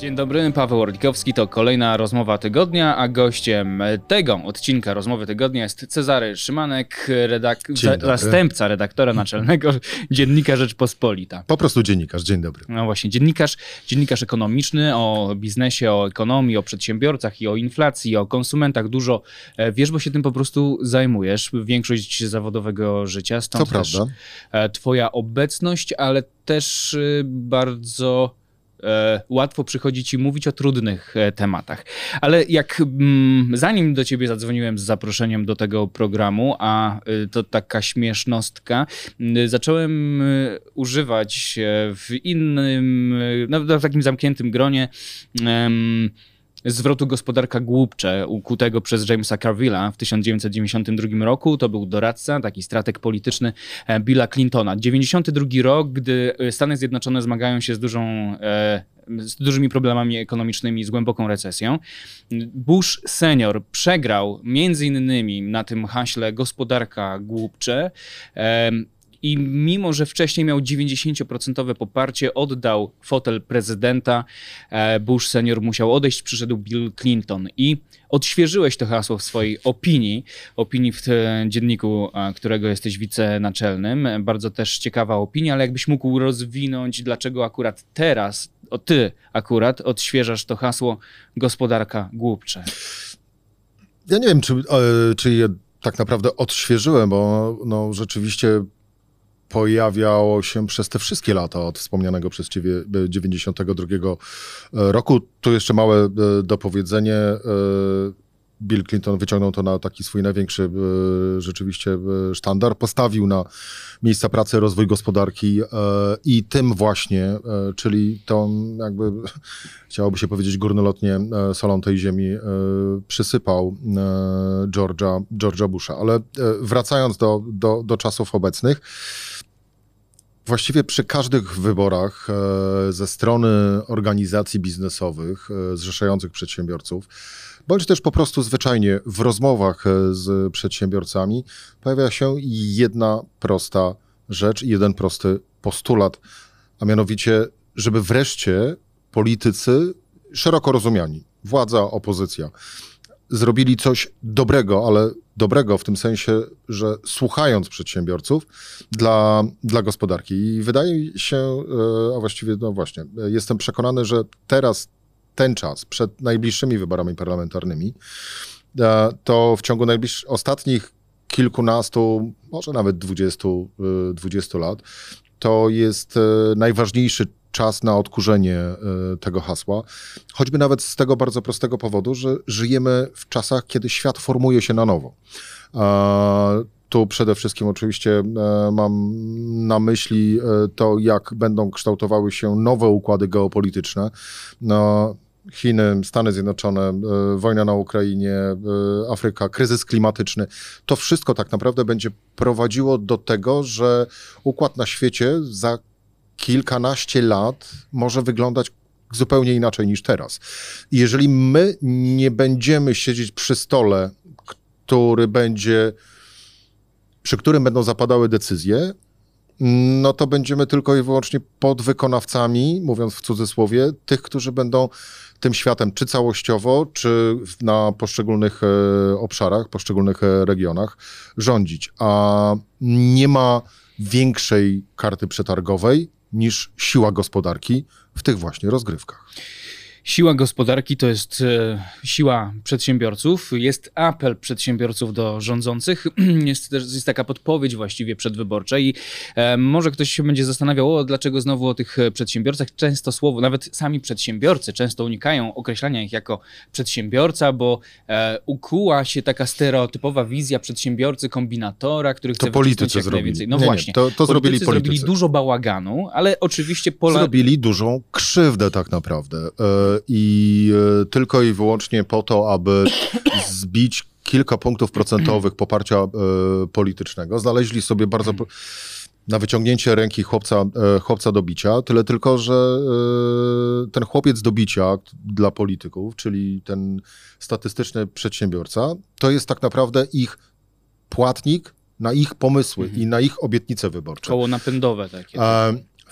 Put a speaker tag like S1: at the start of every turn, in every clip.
S1: Dzień dobry, Paweł Orlikowski, to kolejna rozmowa tygodnia, a gościem tego odcinka rozmowy tygodnia jest Cezary Szymanek, zastępca redaktora naczelnego Dziennika Rzeczpospolita.
S2: Po prostu dziennikarz, dzień dobry.
S1: No właśnie, dziennikarz ekonomiczny, o biznesie, o ekonomii, o przedsiębiorcach i o inflacji, o konsumentach. Dużo wiesz, bo się tym po prostu zajmujesz. Większość zawodowego życia, stąd
S2: to
S1: też
S2: prawda.
S1: Twoja obecność, ale też bardzo łatwo przychodzi ci mówić o trudnych tematach. Ale zanim do ciebie zadzwoniłem z zaproszeniem do tego programu, a to taka śmiesznostka, zacząłem używać w innym, w takim zamkniętym gronie zwrotu gospodarka głupcze, ukutego przez Jamesa Carvilla w 1992 roku. To był doradca, taki strateg polityczny Billa Clintona. 92 rok, gdy Stany Zjednoczone zmagają się z dużymi problemami ekonomicznymi, z głęboką recesją. Bush senior przegrał między innymi na tym haśle gospodarka głupcze, i mimo, że wcześniej miał 90% poparcie, oddał fotel prezydenta. Bush senior musiał odejść, przyszedł Bill Clinton i odświeżyłeś to hasło w swojej opinii w dzienniku, którego jesteś wicenaczelnym. Bardzo też ciekawa opinia, ale jakbyś mógł rozwinąć, dlaczego akurat teraz, ty akurat odświeżasz to hasło gospodarka głupcze.
S2: Ja nie wiem, czy je tak naprawdę odświeżyłem, bo rzeczywiście pojawiało się przez te wszystkie lata od wspomnianego przez ciebie 92 roku. Tu jeszcze małe dopowiedzenie. Bill Clinton wyciągnął to na taki swój największy rzeczywiście sztandar. Postawił na miejsca pracy, rozwój gospodarki i tym właśnie, czyli tą jakby, chciałoby się powiedzieć górnolotnie, solą tej ziemi przysypał George'a Busha. Ale wracając do czasów obecnych, właściwie przy każdych wyborach ze strony organizacji biznesowych zrzeszających przedsiębiorców, bądź też po prostu zwyczajnie w rozmowach z przedsiębiorcami pojawia się jedna prosta rzecz i jeden prosty postulat, a mianowicie, żeby wreszcie politycy szeroko rozumiani, władza, opozycja, zrobili coś dobrego, ale dobrego w tym sensie, że słuchając przedsiębiorców dla gospodarki. I wydaje się, a właściwie, jestem przekonany, że teraz ten czas przed najbliższymi wyborami parlamentarnymi, to w ciągu ostatnich kilkunastu, może nawet 20 lat, to jest najważniejszy czas na odkurzenie tego hasła, choćby nawet z tego bardzo prostego powodu, że żyjemy w czasach, kiedy świat formuje się na nowo. Tu przede wszystkim oczywiście mam na myśli to, jak będą kształtowały się nowe układy geopolityczne. Chiny, Stany Zjednoczone, wojna na Ukrainie, Afryka, kryzys klimatyczny. To wszystko tak naprawdę będzie prowadziło do tego, że układ na świecie za kilkanaście lat może wyglądać zupełnie inaczej niż teraz. I jeżeli my nie będziemy siedzieć przy stole, przy którym będą zapadały decyzje, no to będziemy tylko i wyłącznie podwykonawcami, mówiąc w cudzysłowie, tych, którzy będą tym światem czy całościowo, czy na poszczególnych obszarach, poszczególnych regionach rządzić. A nie ma większej karty przetargowej niż siła gospodarki w tych właśnie rozgrywkach.
S1: Siła gospodarki to jest siła przedsiębiorców, jest apel przedsiębiorców do rządzących, jest taka podpowiedź właściwie przedwyborcza i może ktoś się będzie zastanawiał, dlaczego znowu o tych przedsiębiorcach. Często słowo, nawet sami przedsiębiorcy często unikają określania ich jako przedsiębiorca, bo ukuła się taka stereotypowa wizja przedsiębiorcy, kombinatora, który chce wycisnąć jak najwięcej. No właśnie,
S2: to zrobili politycy.
S1: Zrobili dużo bałaganu, ale oczywiście
S2: zrobili dużą krzywdę tak naprawdę. I tylko i wyłącznie po to, aby zbić kilka punktów procentowych poparcia politycznego, znaleźli sobie bardzo na wyciągnięcie ręki chłopca do bicia, tyle tylko, że ten chłopiec do bicia dla polityków, czyli ten statystyczny przedsiębiorca, to jest tak naprawdę ich płatnik na ich pomysły i na ich obietnice wyborcze.
S1: Koło napędowe takie.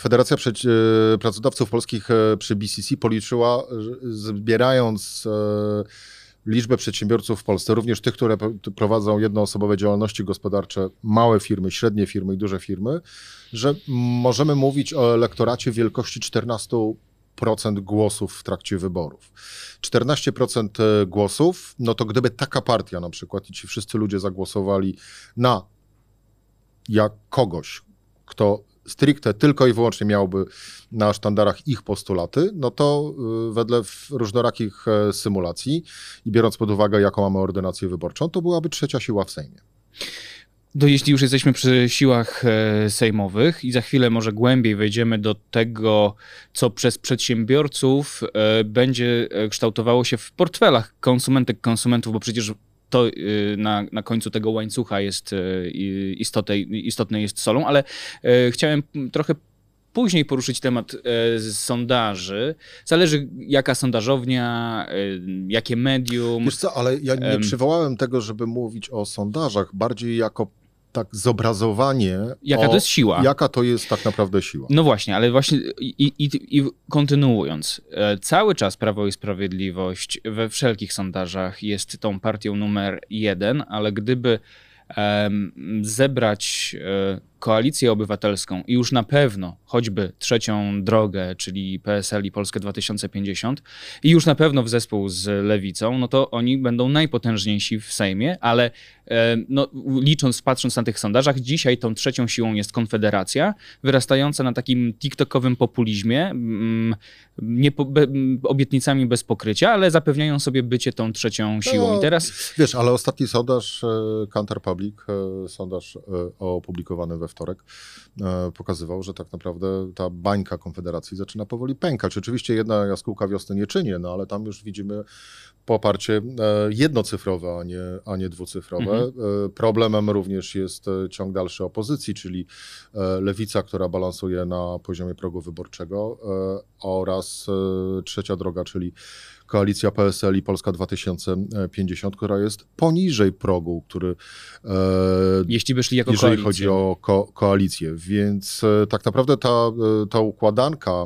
S2: Federacja Pracodawców Polskich przy BCC policzyła, zbierając liczbę przedsiębiorców w Polsce, również tych, które prowadzą jednoosobowe działalności gospodarcze, małe firmy, średnie firmy i duże firmy, że możemy mówić o elektoracie wielkości 14% głosów w trakcie wyborów. 14% głosów, no to gdyby taka partia na przykład i ci wszyscy ludzie zagłosowali na kogoś, kto stricte tylko i wyłącznie miałby na sztandarach ich postulaty, no to wedle różnorakich symulacji i biorąc pod uwagę, jaką mamy ordynację wyborczą, to byłaby trzecia siła w Sejmie.
S1: Jeśli już jesteśmy przy siłach sejmowych i za chwilę może głębiej wejdziemy do tego, co przez przedsiębiorców będzie kształtowało się w portfelach konsumentów, bo przecież to na końcu tego łańcucha jest istotne jest solą, ale chciałem trochę później poruszyć temat sondaży. Zależy jaka sondażownia, jakie medium.
S2: Wiesz co, ale ja nie przywołałem tego, żeby mówić o sondażach, bardziej jako tak zobrazowanie.
S1: Jaka to jest siła.
S2: Jaka to jest tak naprawdę siła.
S1: No właśnie, ale właśnie i kontynuując, cały czas Prawo i Sprawiedliwość we wszelkich sondażach jest tą partią numer 1, ale gdyby zebrać Koalicję Obywatelską i już na pewno choćby Trzecią Drogę, czyli PSL i Polskę 2050 i już na pewno w zespół z Lewicą, no to oni będą najpotężniejsi w Sejmie, ale no, patrząc na tych sondażach, dzisiaj tą trzecią siłą jest Konfederacja, wyrastająca na takim tiktokowym populizmie, obietnicami bez pokrycia, ale zapewniają sobie bycie tą trzecią siłą. I teraz...
S2: Wiesz, ale ostatni sondaż Kantar Public, sondaż opublikowany we wtorek, pokazywał, że tak naprawdę ta bańka Konfederacji zaczyna powoli pękać. Oczywiście jedna jaskółka wiosny nie czyni, no ale tam już widzimy poparcie jednocyfrowe, a nie dwucyfrowe. Problemem również jest ciąg dalszy opozycji, czyli Lewica, która balansuje na poziomie progu wyborczego oraz Trzecia Droga, czyli Koalicja PSL i Polska 2050, która jest poniżej progu, który
S1: jeśli by szli jako
S2: jeżeli
S1: koalicję.
S2: chodzi o koalicję. Więc tak naprawdę ta układanka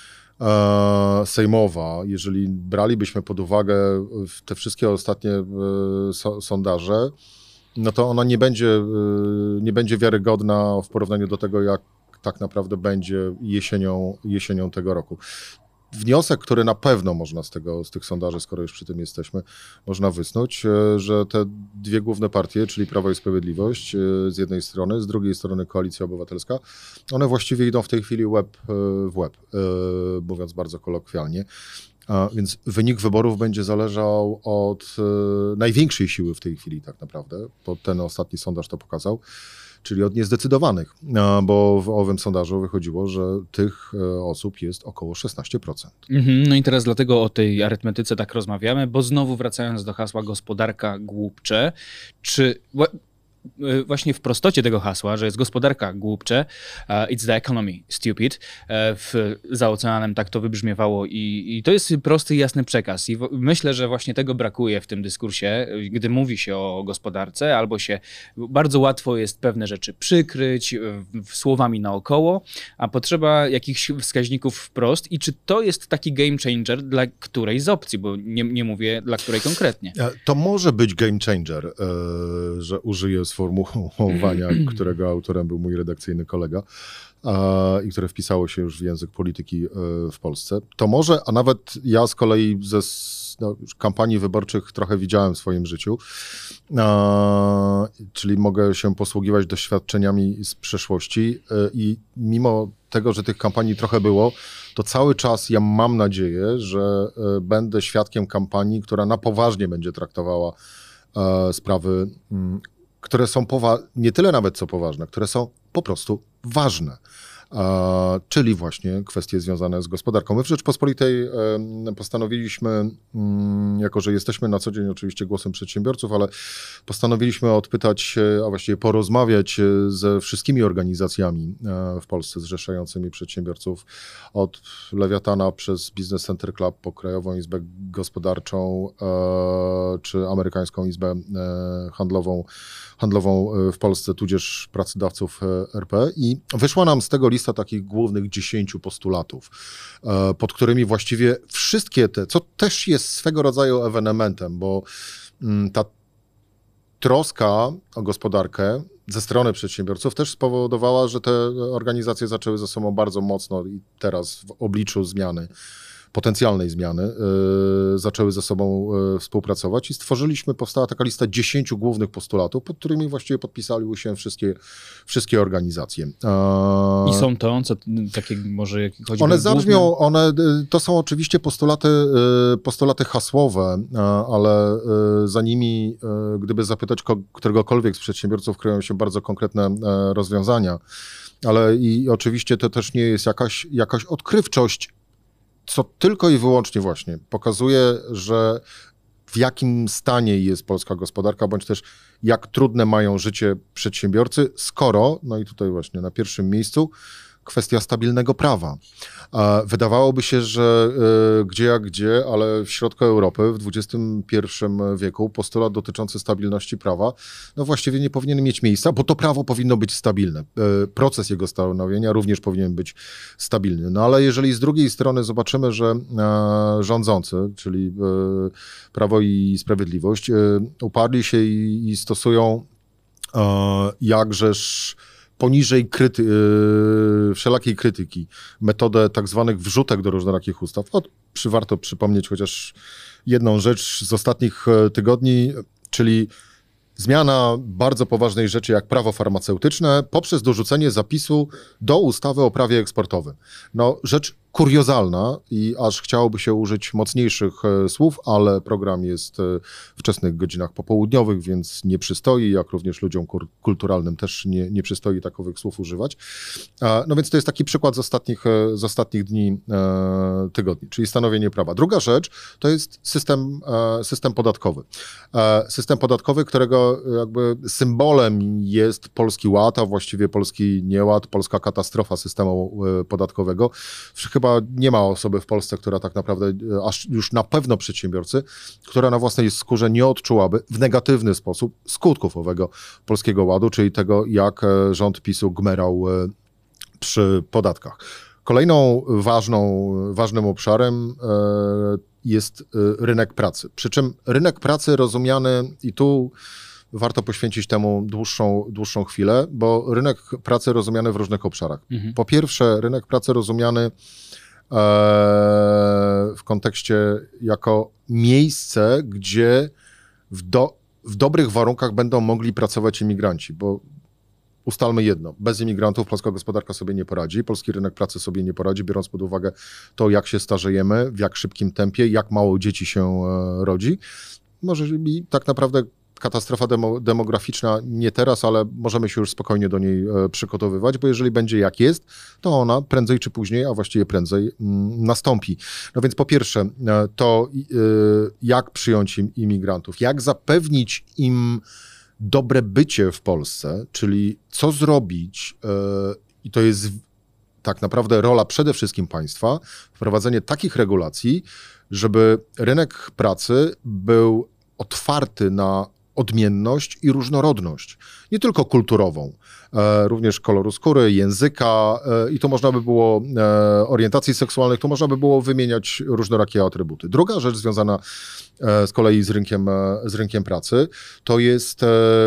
S2: sejmowa, jeżeli bralibyśmy pod uwagę te wszystkie ostatnie sondaże, no to ona nie będzie wiarygodna w porównaniu do tego, jak tak naprawdę będzie jesienią tego roku. Wniosek, który na pewno można z tych sondaży, skoro już przy tym jesteśmy, można wysnuć, że te dwie główne partie, czyli Prawo i Sprawiedliwość z jednej strony, z drugiej strony Koalicja Obywatelska, one właściwie idą w tej chwili łeb w łeb, mówiąc bardzo kolokwialnie. Więc wynik wyborów będzie zależał od największej siły w tej chwili tak naprawdę, bo ten ostatni sondaż to pokazał, czyli od niezdecydowanych, bo w owym sondażu wychodziło, że tych osób jest około 16%.
S1: No i teraz dlatego o tej arytmetyce tak rozmawiamy, bo znowu wracając do hasła gospodarka głupcze, czy właśnie w prostocie tego hasła, że jest gospodarka głupcze, it's the economy stupid, za oceanem tak to wybrzmiewało i to jest prosty i jasny przekaz i myślę, że właśnie tego brakuje w tym dyskursie, gdy mówi się o gospodarce, albo się bardzo łatwo jest pewne rzeczy przykryć słowami naokoło, a potrzeba jakichś wskaźników wprost i czy to jest taki game changer dla której z opcji, bo nie mówię dla której konkretnie.
S2: To może być game changer, że użyję sformułowania, którego autorem był mój redakcyjny kolega i które wpisało się już w język polityki w Polsce. To może, a nawet ja z kolei ze kampanii wyborczych trochę widziałem w swoim życiu, czyli mogę się posługiwać doświadczeniami z przeszłości i mimo tego, że tych kampanii trochę było, to cały czas ja mam nadzieję, że będę świadkiem kampanii, która na poważnie będzie traktowała sprawy, które są nie tyle nawet co poważne, które są po prostu ważne, czyli właśnie kwestie związane z gospodarką. My w Rzeczpospolitej postanowiliśmy, jako że jesteśmy na co dzień oczywiście głosem przedsiębiorców, ale postanowiliśmy odpytać, a właściwie porozmawiać ze wszystkimi organizacjami w Polsce zrzeszającymi przedsiębiorców, od Lewiatana przez Business Center Club po Krajową Izbę Gospodarczą czy Amerykańską Izbę Handlową w Polsce, tudzież pracodawców RP i wyszła nam z tego lista lista takich głównych 10 postulatów, pod którymi właściwie wszystkie te, co też jest swego rodzaju ewenementem, bo ta troska o gospodarkę ze strony przedsiębiorców też spowodowała, że te organizacje zaczęły ze sobą bardzo mocno i teraz w obliczu zmiany, potencjalnej zmiany, zaczęły ze sobą współpracować i powstała taka lista 10 głównych postulatów, pod którymi właściwie podpisały się wszystkie organizacje.
S1: I są to, co takie może choćby
S2: one zabrzmią, to są oczywiście postulaty hasłowe, ale za nimi, gdyby zapytać któregokolwiek z przedsiębiorców, kryją się bardzo konkretne rozwiązania, ale i oczywiście to też nie jest jakaś odkrywczość, co tylko i wyłącznie właśnie pokazuje, że w jakim stanie jest polska gospodarka, bądź też jak trudne mają życie przedsiębiorcy, skoro, no i tutaj właśnie na pierwszym miejscu, kwestia stabilnego prawa. Wydawałoby się, że gdzie jak gdzie, ale w środku Europy w XXI wieku postulat dotyczący stabilności prawa no właściwie nie powinien mieć miejsca, bo to prawo powinno być stabilne. Proces jego stanowienia również powinien być stabilny. No ale jeżeli z drugiej strony zobaczymy, że rządzący, czyli Prawo i Sprawiedliwość, uparli się i stosują jakżeż poniżej wszelakiej krytyki metodę tak zwanych wrzutek do różnorakich ustaw. Warto przypomnieć chociaż jedną rzecz z ostatnich tygodni, czyli zmiana bardzo poważnej rzeczy jak prawo farmaceutyczne poprzez dorzucenie zapisu do ustawy o prawie eksportowym. No, rzecz kuriozalna i aż chciałoby się użyć mocniejszych słów, ale program jest w wczesnych godzinach popołudniowych, więc nie przystoi, jak również ludziom kulturalnym też nie przystoi takowych słów używać. No więc to jest taki przykład z ostatnich dni, tygodni, czyli stanowienie prawa. Druga rzecz to jest system podatkowy. System podatkowy, którego jakby symbolem jest Polski Ład, a właściwie polski nieład, polska katastrofa systemu podatkowego. Chyba nie ma osoby w Polsce, która tak naprawdę, aż już na pewno przedsiębiorcy, która na własnej skórze nie odczułaby w negatywny sposób skutków owego Polskiego Ładu, czyli tego, jak rząd PiS-u gmerał przy podatkach. Kolejną ważnym obszarem jest rynek pracy. Przy czym rynek pracy rozumiany, i tu warto poświęcić temu dłuższą chwilę, bo rynek pracy rozumiany w różnych obszarach. Po pierwsze, rynek pracy rozumiany w kontekście jako miejsce, gdzie w dobrych warunkach będą mogli pracować imigranci, bo ustalmy jedno, bez imigrantów polska gospodarka sobie nie poradzi, polski rynek pracy sobie nie poradzi, biorąc pod uwagę to, jak się starzejemy, w jak szybkim tempie, jak mało dzieci się rodzi. Może i tak naprawdę katastrofa demograficzna nie teraz, ale możemy się już spokojnie do niej przygotowywać, bo jeżeli będzie jak jest, to ona prędzej czy później, a właściwie prędzej nastąpi. No więc po pierwsze to jak przyjąć imigrantów, jak zapewnić im dobre bycie w Polsce, czyli co zrobić, i to jest tak naprawdę rola przede wszystkim państwa, wprowadzenie takich regulacji, żeby rynek pracy był otwarty na odmienność i różnorodność, nie tylko kulturową, również koloru skóry, języka i to można by było, orientacji seksualnych, to można by było wymieniać różnorakie atrybuty. Druga rzecz związana z kolei z rynkiem pracy, to jest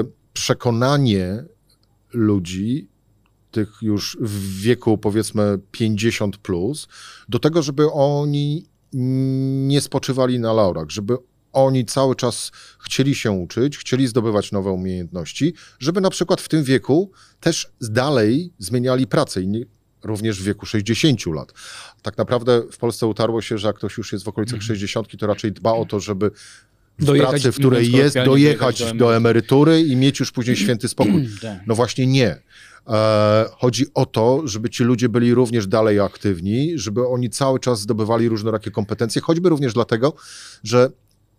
S2: przekonanie ludzi, tych już w wieku powiedzmy 50+, do tego, żeby oni nie spoczywali na laurach, żeby oni cały czas chcieli się uczyć, chcieli zdobywać nowe umiejętności, żeby na przykład w tym wieku też dalej zmieniali pracę, również w wieku 60 lat. Tak naprawdę w Polsce utarło się, że jak ktoś już jest w okolicach 60, to raczej dba o to, żeby w pracy, w której jest, dojechać do emerytury i mieć już później święty spokój. No właśnie nie. Chodzi o to, żeby ci ludzie byli również dalej aktywni, żeby oni cały czas zdobywali różnorakie kompetencje, choćby również dlatego, że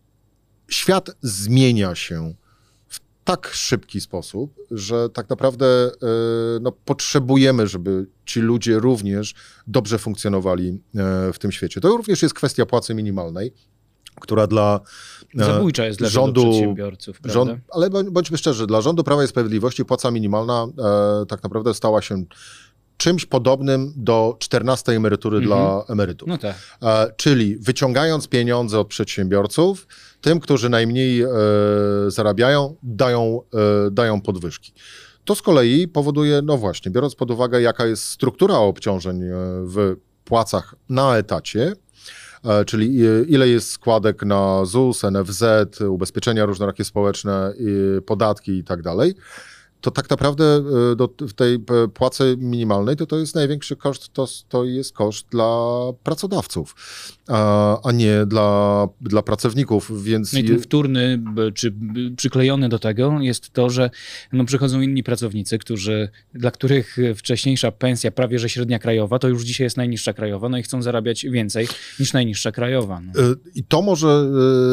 S2: świat zmienia się w tak szybki sposób, że tak naprawdę potrzebujemy, żeby ci ludzie również dobrze funkcjonowali w tym świecie. To również jest kwestia płacy minimalnej, która dla
S1: zabójcza jest dla rządu przedsiębiorców, prawda?
S2: Ale bądźmy szczerzy, dla rządu Prawa i Sprawiedliwości płaca minimalna tak naprawdę stała się czymś podobnym do 14 emerytury dla emerytów.
S1: No tak.
S2: Czyli wyciągając pieniądze od przedsiębiorców, tym, którzy najmniej zarabiają, dają podwyżki. To z kolei powoduje, no właśnie, biorąc pod uwagę, jaka jest struktura obciążeń w płacach na etacie, czyli ile jest składek na ZUS, NFZ, ubezpieczenia różnorakie społeczne, podatki i tak dalej, to tak naprawdę w tej płacy minimalnej to jest największy koszt, to jest koszt dla pracodawców, a nie dla pracowników, więc...
S1: No i ten wtórny, czy przyklejony do tego jest to, że no przychodzą inni pracownicy, dla których wcześniejsza pensja, prawie że średnia krajowa, to już dzisiaj jest najniższa krajowa, no i chcą zarabiać więcej niż najniższa krajowa. No.
S2: I to może...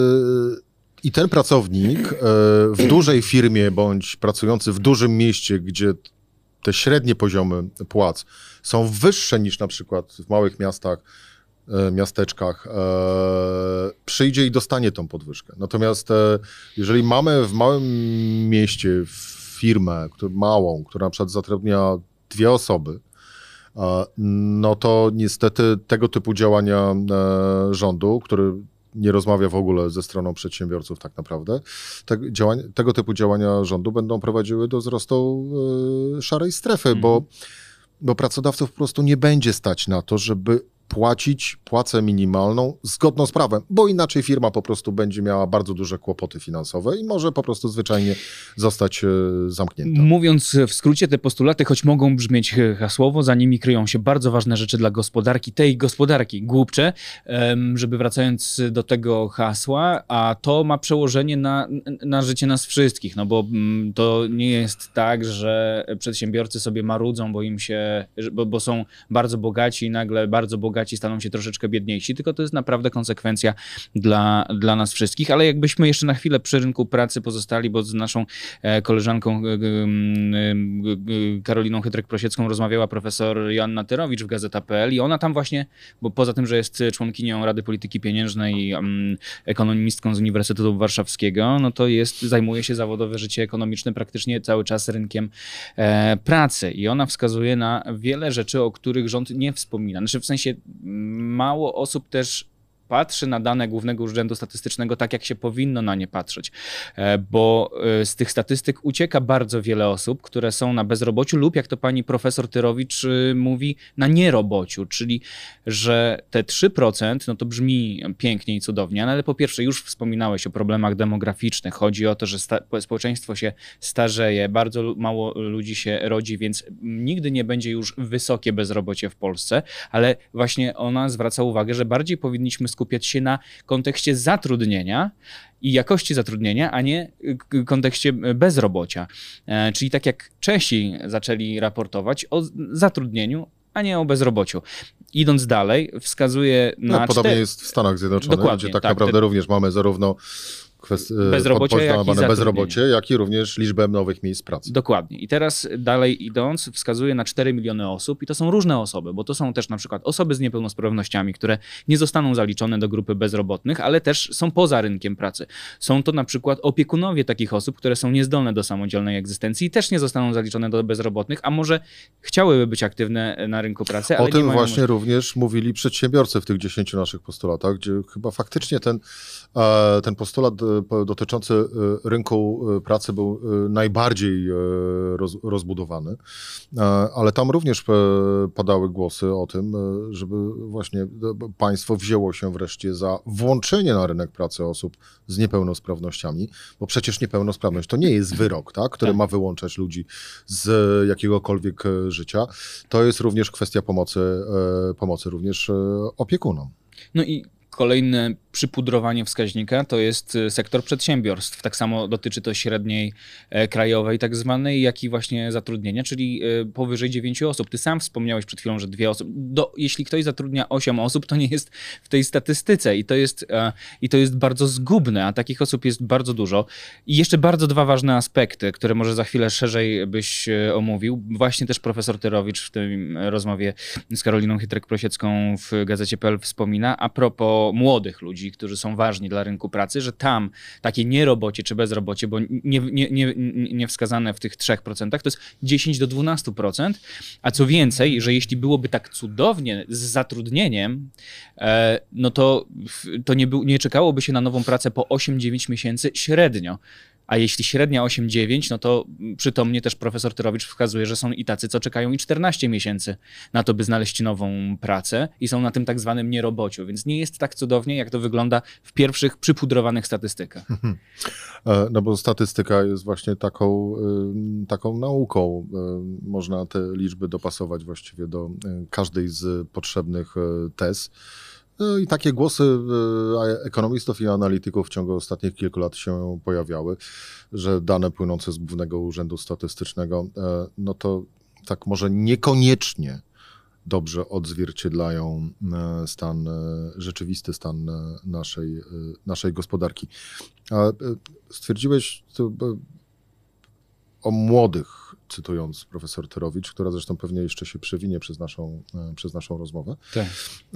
S2: I ten pracownik w dużej firmie bądź pracujący w dużym mieście, gdzie te średnie poziomy płac są wyższe niż na przykład w małych miastach, miasteczkach, przyjdzie i dostanie tą podwyżkę. Natomiast jeżeli mamy w małym mieście firmę małą, która na przykład zatrudnia 2 osoby, no to niestety tego typu działania rządu, który nie rozmawia w ogóle ze stroną przedsiębiorców tak naprawdę, tego typu działania rządu będą prowadziły do wzrostu szarej strefy, bo pracodawców po prostu nie będzie stać na to, żeby płacić płacę minimalną zgodną z prawem, bo inaczej firma po prostu będzie miała bardzo duże kłopoty finansowe i może po prostu zwyczajnie zostać zamknięta.
S1: Mówiąc w skrócie, te postulaty, choć mogą brzmieć hasłowo, za nimi kryją się bardzo ważne rzeczy dla gospodarki, tej gospodarki głupcze, żeby wracając do tego hasła, a to ma przełożenie na życie nas wszystkich, no bo to nie jest tak, że przedsiębiorcy sobie marudzą, bo są bardzo bogaci i nagle bardzo bogaci staną się troszeczkę biedniejsi, tylko to jest naprawdę konsekwencja dla nas wszystkich, ale jakbyśmy jeszcze na chwilę przy rynku pracy pozostali, bo z naszą koleżanką Karoliną Chytrek-Prosiecką rozmawiała profesor Joanna Tyrowicz w Gazeta.pl i ona tam właśnie, bo poza tym, że jest członkinią Rady Polityki Pieniężnej i ekonomistką z Uniwersytetu Warszawskiego, no to zajmuje się zawodowe życie ekonomiczne praktycznie cały czas rynkiem pracy i ona wskazuje na wiele rzeczy, o których rząd nie wspomina. Znaczy w sensie mało osób też patrzy na dane Głównego Urzędu Statystycznego tak, jak się powinno na nie patrzeć, bo z tych statystyk ucieka bardzo wiele osób, które są na bezrobociu lub, jak to pani profesor Tyrowicz mówi, na nierobociu, czyli że te 3%, no to brzmi pięknie i cudownie, ale po pierwsze już wspominałeś o problemach demograficznych, chodzi o to, że społeczeństwo się starzeje, bardzo mało ludzi się rodzi, więc nigdy nie będzie już wysokie bezrobocie w Polsce, ale właśnie ona zwraca uwagę, że bardziej powinniśmy skupiać się na kontekście zatrudnienia i jakości zatrudnienia, a nie kontekście bezrobocia. Czyli tak jak Czesi zaczęli raportować o zatrudnieniu, a nie o bezrobociu. Idąc dalej, wskazuje na...
S2: Podobnie jest w Stanach Zjednoczonych,
S1: Dokładnie,
S2: gdzie tak naprawdę również mamy zarówno bezrobocie, jak i również liczbę nowych miejsc pracy.
S1: Dokładnie. I teraz dalej idąc, wskazuje na 4 miliony osób i to są różne osoby, bo to są też na przykład osoby z niepełnosprawnościami, które nie zostaną zaliczone do grupy bezrobotnych, ale też są poza rynkiem pracy. Są to na przykład opiekunowie takich osób, które są niezdolne do samodzielnej egzystencji i też nie zostaną zaliczone do bezrobotnych, a może chciałyby być aktywne na rynku pracy, ale
S2: o tym właśnie również mówili przedsiębiorcy w tych 10 naszych postulatach, gdzie chyba faktycznie ten postulat dotyczący rynku pracy był najbardziej rozbudowany, ale tam również padały głosy o tym, żeby właśnie państwo wzięło się wreszcie za włączenie na rynek pracy osób z niepełnosprawnościami, bo przecież niepełnosprawność to nie jest wyrok, tak, który ma wyłączać ludzi z jakiegokolwiek życia. To jest również kwestia pomocy również opiekunom.
S1: No i kolejne przypudrowanie wskaźnika to jest sektor przedsiębiorstw. Tak samo dotyczy to średniej krajowej tak zwanej, jak i właśnie zatrudnienia, czyli powyżej 9 osób. Ty sam wspomniałeś przed chwilą, że 2 osoby. Jeśli ktoś zatrudnia 8 osób, to nie jest w tej statystyce i to jest bardzo zgubne, a takich osób jest bardzo dużo. I jeszcze bardzo 2 ważne aspekty, które może za chwilę szerzej byś omówił. Właśnie też profesor Tyrowicz w tej rozmowie z Karoliną Chytrek-Prosiecką w Gazecie.pl wspomina a propos młodych ludzi ludzi, którzy są ważni dla rynku pracy, że tam takie nierobocie czy bezrobocie, bo nie wskazane w tych 3%, to jest 10 do 12%, a co więcej, że jeśli byłoby tak cudownie z zatrudnieniem, no to nie czekałoby się na nową pracę po 8-9 miesięcy średnio. A jeśli średnia 8-9, no to przytomnie też profesor Tyrowicz wskazuje, że są i tacy, co czekają i 14 miesięcy na to, by znaleźć nową pracę i są na tym tak zwanym nierobociu, więc nie jest tak cudownie, jak to wygląda w pierwszych przypudrowanych statystykach.
S2: No bo statystyka jest właśnie taką nauką. Można te liczby dopasować właściwie do każdej z potrzebnych tez. No i takie głosy ekonomistów i analityków w ciągu ostatnich kilku lat się pojawiały, że dane płynące z Głównego Urzędu Statystycznego, no to tak może niekoniecznie dobrze odzwierciedlają rzeczywisty stan naszej gospodarki. Stwierdziłeś o młodych, cytując profesor Tyrowicz, która zresztą pewnie jeszcze się przewinie przez naszą rozmowę.
S1: Tak.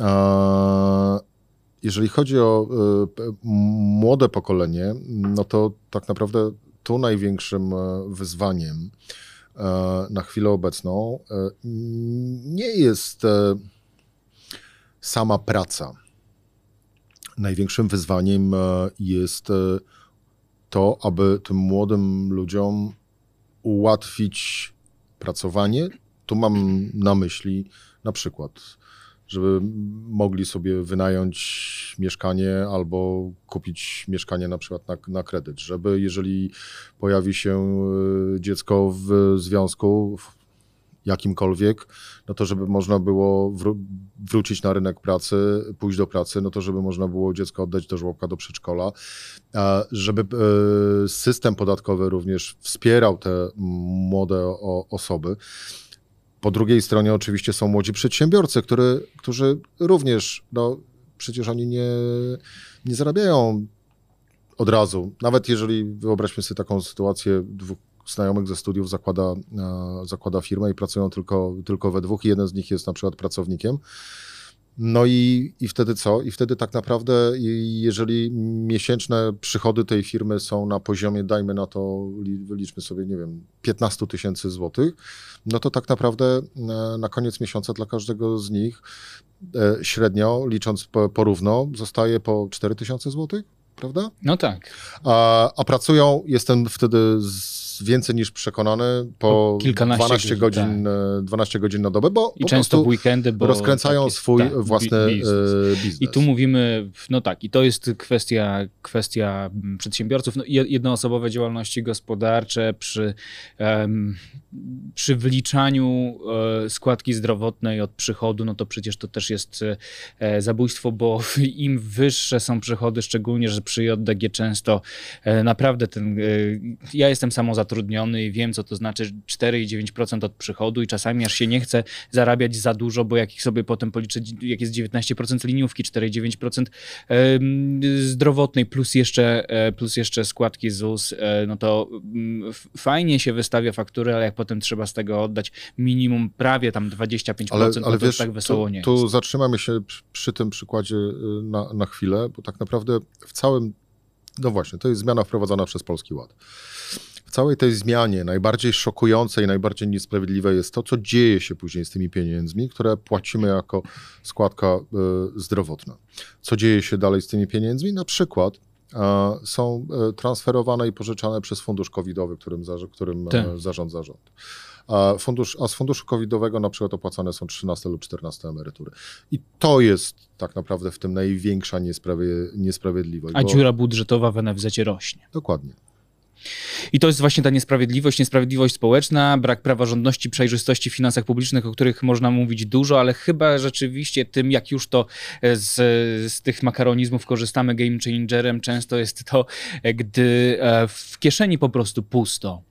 S2: Jeżeli chodzi o młode pokolenie, no to tak naprawdę tu największym wyzwaniem na chwilę obecną nie jest sama praca. Największym wyzwaniem jest to, aby tym młodym ludziom ułatwić pracowanie. Tu mam na myśli na przykład, żeby mogli sobie wynająć mieszkanie albo kupić mieszkanie na przykład na kredyt, żeby jeżeli pojawi się dziecko w związku jakimkolwiek, no to żeby można było wrócić na rynek pracy, pójść do pracy, no to żeby można było dziecko oddać do żłobka, do przedszkola, żeby system podatkowy również wspierał te młode osoby. Po drugiej stronie oczywiście są młodzi przedsiębiorcy, którzy również, no przecież oni nie zarabiają od razu. Nawet jeżeli wyobraźmy sobie taką sytuację, dwóch znajomych ze studiów zakłada firmę i pracują tylko we dwóch i jeden z nich jest na przykład pracownikiem. No i wtedy co? I wtedy tak naprawdę, jeżeli miesięczne przychody tej firmy są na poziomie, dajmy na to, wyliczmy sobie, nie wiem, 15 000 złotych, no to tak naprawdę na koniec miesiąca dla każdego z nich średnio, licząc porówno, zostaje po 4 000 złotych, prawda?
S1: No tak.
S2: A pracują, jestem wtedy więcej niż przekonany, po 12 godzin na dobę, bo
S1: i często w weekendy, bo
S2: rozkręcają swój własny biznes.
S1: I tu mówimy, no tak, i to jest kwestia przedsiębiorców. No, jednoosobowe działalności gospodarcze przy wliczaniu składki zdrowotnej od przychodu, no to przecież to też jest zabójstwo, bo im wyższe są przychody, szczególnie, że przy JDG często naprawdę ja jestem samozatrudniony i wiem, co to znaczy 4,9% od przychodu i czasami aż się nie chce zarabiać za dużo, bo jak ich sobie potem policzę, jak jest 19% liniówki, 4,9% zdrowotnej plus jeszcze składki ZUS, no to fajnie się wystawia faktury, ale jak potem trzeba z tego oddać minimum prawie tam 25%,
S2: ale
S1: to
S2: wiesz,
S1: tak wesoło nie jest.
S2: Tu zatrzymamy się przy tym przykładzie na chwilę, bo tak naprawdę w całym, no właśnie, to jest zmiana wprowadzona przez Polski Ład. W całej tej zmianie najbardziej szokujące i najbardziej niesprawiedliwe jest to, co dzieje się później z tymi pieniędzmi, które płacimy jako składka zdrowotna. Co dzieje się dalej z tymi pieniędzmi? Na przykład są transferowane i pożyczane przez fundusz covidowy, którym zarządza rząd. A z funduszu covidowego na przykład opłacane są 13 lub 14 emerytury. I to jest tak naprawdę w tym największa niesprawiedliwość.
S1: A dziura budżetowa w NFZ-cie rośnie.
S2: Dokładnie.
S1: I to jest właśnie ta niesprawiedliwość społeczna, brak praworządności, przejrzystości w finansach publicznych, o których można mówić dużo, ale chyba rzeczywiście tym, jak już to z tych makaronizmów korzystamy, game changerem często jest to, gdy w kieszeni po prostu pusto.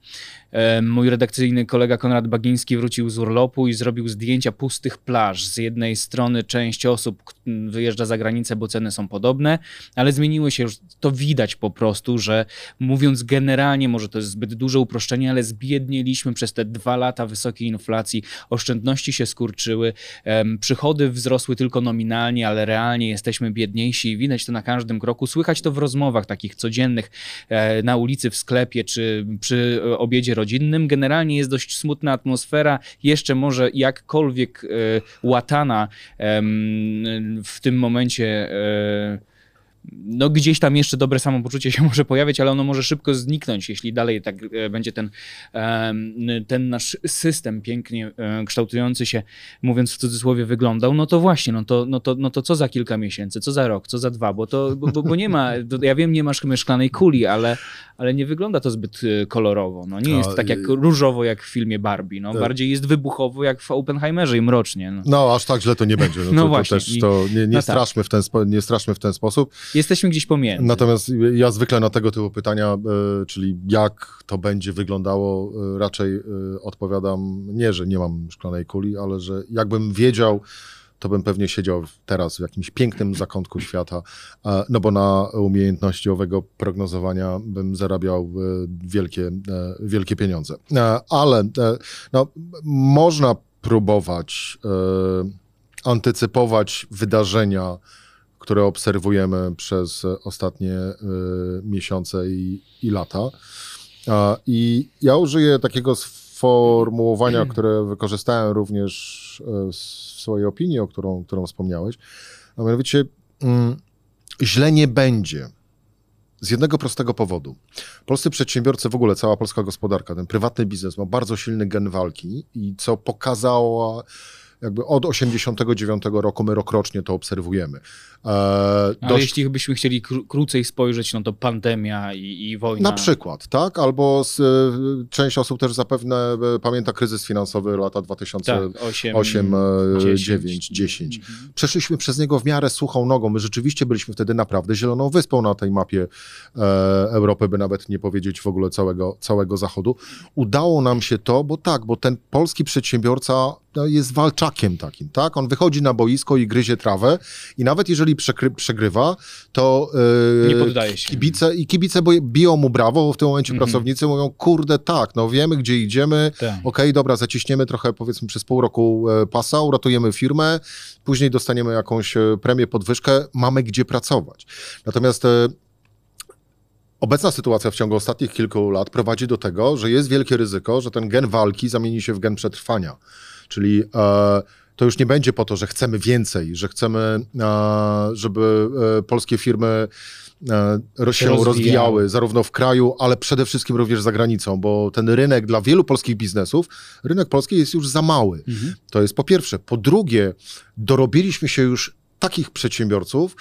S1: Mój redakcyjny kolega Konrad Bagiński wrócił z urlopu i zrobił zdjęcia pustych plaż. Z jednej strony część osób wyjeżdża za granicę, bo ceny są podobne, ale zmieniły się już, to widać po prostu, że mówiąc generalnie, może to jest zbyt duże uproszczenie, ale zbiednieliśmy przez te 2 lata wysokiej inflacji, oszczędności się skurczyły, przychody wzrosły tylko nominalnie, ale realnie jesteśmy biedniejsi i widać to na każdym kroku, słychać to w rozmowach takich codziennych na ulicy, w sklepie czy przy obiedzie rodzinnym. Generalnie jest dość smutna atmosfera, jeszcze może jakkolwiek łatana w tym momencie no gdzieś tam jeszcze dobre samopoczucie się może pojawiać, ale ono może szybko zniknąć, jeśli dalej tak będzie ten nasz system pięknie kształtujący się, mówiąc w cudzysłowie, wyglądał, no to właśnie, no to co za kilka miesięcy, co za rok, co za 2, bo nie ma, ja wiem, nie masz szklanej kuli, ale nie wygląda to zbyt kolorowo, no nie jest tak jak różowo jak w filmie Barbie, no bardziej jest wybuchowo jak w Oppenheimerze i mrocznie. No
S2: aż tak źle to nie będzie,
S1: no właśnie.
S2: Nie straszmy w ten sposób.
S1: Jesteśmy gdzieś pomiędzy.
S2: Natomiast ja zwykle na tego typu pytania, czyli jak to będzie wyglądało, raczej odpowiadam nie, że nie mam szklanej kuli, ale że jakbym wiedział, to bym pewnie siedział teraz w jakimś pięknym zakątku świata, no bo na umiejętności owego prognozowania bym zarabiał wielkie pieniądze. Ale no, można próbować antycypować wydarzenia, które obserwujemy przez ostatnie miesiące i lata. I ja użyję takiego sformułowania, które wykorzystałem również w swojej opinii, o którą wspomniałeś, a mianowicie źle nie będzie. Z jednego prostego powodu. Polscy przedsiębiorcy, w ogóle cała polska gospodarka, ten prywatny biznes ma bardzo silny gen walki i co pokazała jakby od 89 roku my rokrocznie to obserwujemy.
S1: Ale jeśli byśmy chcieli krócej spojrzeć, no to pandemia i wojna.
S2: Na przykład, tak? Albo część osób też zapewne pamięta kryzys finansowy lata 2008, 9, 10. Przeszliśmy przez niego w miarę suchą nogą. My rzeczywiście byliśmy wtedy naprawdę zieloną wyspą na tej mapie Europy, by nawet nie powiedzieć w ogóle całego Zachodu. Udało nam się to, bo ten polski przedsiębiorca jest walczakiem takim, tak? On wychodzi na boisko i gryzie trawę i nawet jeżeli przegrywa, to
S1: nie poddaje się.
S2: Kibice biją mu brawo, w tym momencie pracownicy mówią, kurde, tak, no wiemy, gdzie idziemy, okej, dobra, zaciśniemy trochę, powiedzmy, przez pół roku pasa, uratujemy firmę, później dostaniemy jakąś premię, podwyżkę, mamy gdzie pracować. Natomiast obecna sytuacja w ciągu ostatnich kilku lat prowadzi do tego, że jest wielkie ryzyko, że ten gen walki zamieni się w gen przetrwania. Czyli to już nie będzie po to, że chcemy więcej, że chcemy, żeby polskie firmy się rozwijały zarówno w kraju, ale przede wszystkim również za granicą, bo ten rynek dla wielu polskich biznesów, rynek polski jest już za mały. To jest po pierwsze. Po drugie, dorobiliśmy się już takich przedsiębiorców,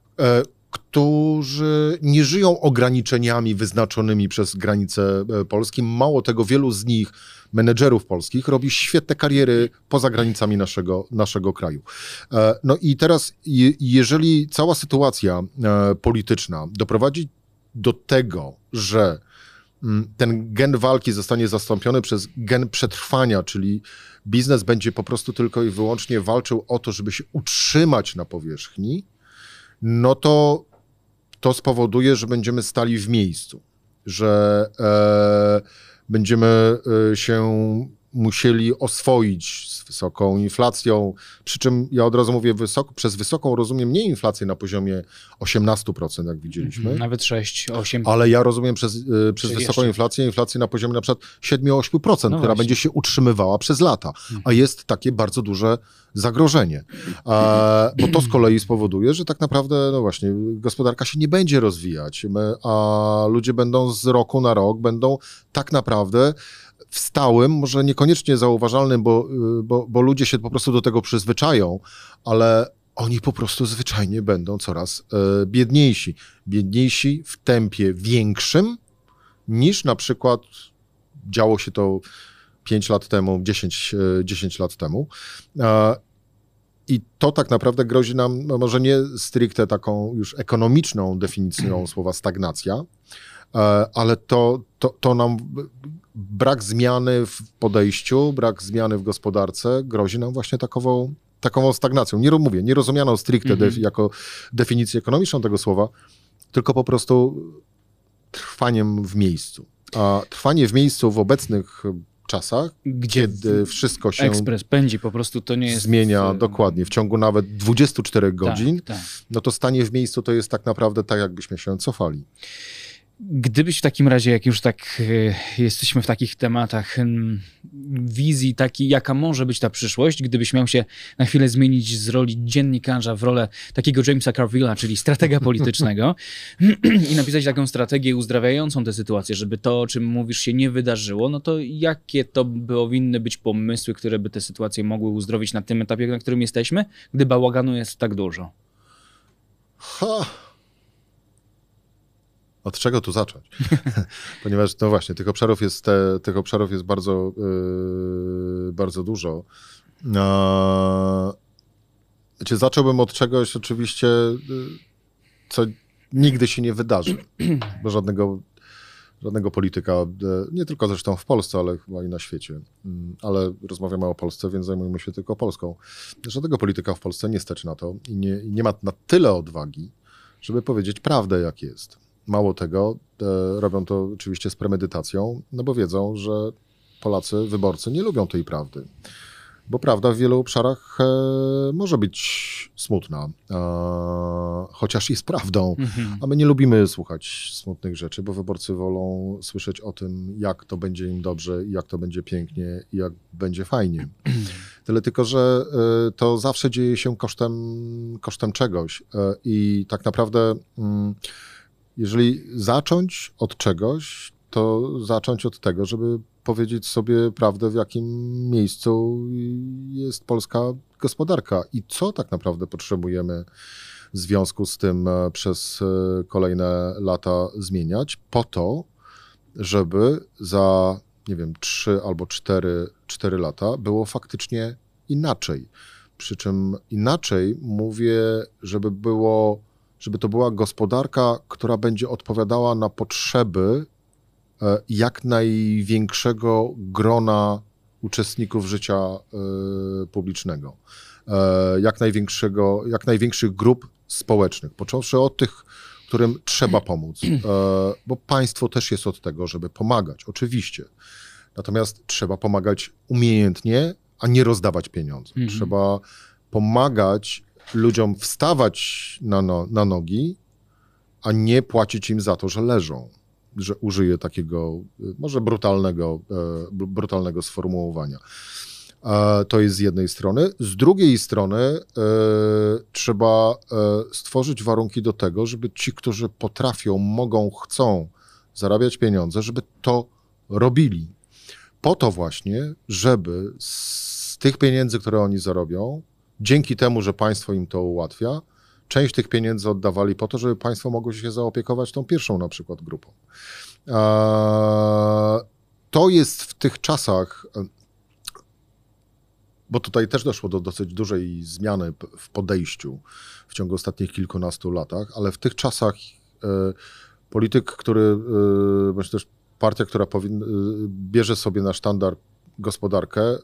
S2: którzy nie żyją ograniczeniami wyznaczonymi przez granice Polski. Mało tego, wielu z nich, menedżerów polskich, robi świetne kariery poza granicami naszego kraju. No i teraz, jeżeli cała sytuacja polityczna doprowadzi do tego, że ten gen walki zostanie zastąpiony przez gen przetrwania, czyli biznes będzie po prostu tylko i wyłącznie walczył o to, żeby się utrzymać na powierzchni, no to spowoduje, że będziemy stali w miejscu, że będziemy się musieli oswoić z wysoką inflacją, przy czym ja od razu mówię, przez wysoką rozumiem nie inflację na poziomie 18%, jak widzieliśmy.
S1: Nawet 6, 8%.
S2: Ale ja rozumiem przez wysoką inflację na poziomie na przykład 7-8%, która będzie się utrzymywała przez lata, a jest takie bardzo duże zagrożenie. Bo to z kolei spowoduje, że tak naprawdę, no właśnie, gospodarka się nie będzie rozwijać, a ludzie będą z roku na rok, będą tak naprawdę w stałym, może niekoniecznie zauważalnym, bo ludzie się po prostu do tego przyzwyczają, ale oni po prostu zwyczajnie będą coraz biedniejsi. Biedniejsi w tempie większym niż na przykład działo się to 5 lat temu, 10 lat temu. I to tak naprawdę grozi nam, no może nie stricte taką już ekonomiczną definicją słowa stagnacja, ale to nam brak zmiany w podejściu, brak zmiany w gospodarce grozi nam właśnie takową stagnacją. Nie rozumiano stricte jako definicję ekonomiczną tego słowa, tylko po prostu trwaniem w miejscu. A trwanie w miejscu w obecnych czasach, kiedy wszystko się
S1: ekspres pędzi, po prostu to nie jest...
S2: zmienia dokładnie w ciągu nawet 24 godzin,
S1: tak.
S2: no to stanie w miejscu to jest tak naprawdę tak, jakbyśmy się cofali.
S1: Gdybyś w takim razie, jak już tak jesteśmy w takich tematach wizji takiej, jaka może być ta przyszłość, gdybyś miał się na chwilę zmienić z roli dziennikarza w rolę takiego Jamesa Carvilla, czyli stratega politycznego i napisać taką strategię uzdrawiającą tę sytuację, żeby to, o czym mówisz, się nie wydarzyło, no to jakie to powinny być pomysły, które by tę sytuację mogły uzdrowić na tym etapie, na którym jesteśmy, gdy bałaganu jest tak dużo?
S2: Od czego tu zacząć? Ponieważ, no właśnie, tych obszarów jest bardzo, bardzo dużo. Zacząłbym od czegoś oczywiście, co nigdy się nie wydarzy, bo żadnego polityka, nie tylko zresztą w Polsce, ale chyba i na świecie, ale rozmawiamy o Polsce, więc zajmujemy się tylko Polską. Żadnego polityka w Polsce nie stać na to i nie ma na tyle odwagi, żeby powiedzieć prawdę, jak jest. Mało tego, robią to oczywiście z premedytacją, no bo wiedzą, że Polacy, wyborcy nie lubią tej prawdy. Bo prawda w wielu obszarach może być smutna, chociaż jest prawdą, a my nie lubimy słuchać smutnych rzeczy, bo wyborcy wolą słyszeć o tym, jak to będzie im dobrze, jak to będzie pięknie i jak będzie fajnie. Tyle tylko, że to zawsze dzieje się kosztem czegoś i tak naprawdę jeżeli zacząć od czegoś, to zacząć od tego, żeby powiedzieć sobie prawdę, w jakim miejscu jest polska gospodarka i co tak naprawdę potrzebujemy w związku z tym przez kolejne lata zmieniać, po to, żeby za, nie wiem, 3 albo 4 lata było faktycznie inaczej. Przy czym inaczej mówię, żeby to była gospodarka, która będzie odpowiadała na potrzeby jak największego grona uczestników życia publicznego, jak największych grup społecznych, począwszy od tych, którym trzeba pomóc, bo państwo też jest od tego, żeby pomagać, oczywiście. Natomiast trzeba pomagać umiejętnie, a nie rozdawać pieniędzy. Trzeba pomagać ludziom wstawać na nogi, a nie płacić im za to, że leżą. Że użyję takiego może brutalnego sformułowania. To jest z jednej strony. Z drugiej strony trzeba stworzyć warunki do tego, żeby ci, którzy potrafią, mogą, chcą zarabiać pieniądze, żeby to robili. Po to właśnie, żeby z tych pieniędzy, które oni zarobią, dzięki temu, że państwo im to ułatwia, część tych pieniędzy oddawali po to, żeby państwo mogło się zaopiekować tą pierwszą na przykład grupą. To jest w tych czasach, bo tutaj też doszło do dosyć dużej zmiany w podejściu w ciągu ostatnich kilkunastu latach, ale w tych czasach polityk, bądź też partia, która bierze sobie na sztandar gospodarkę,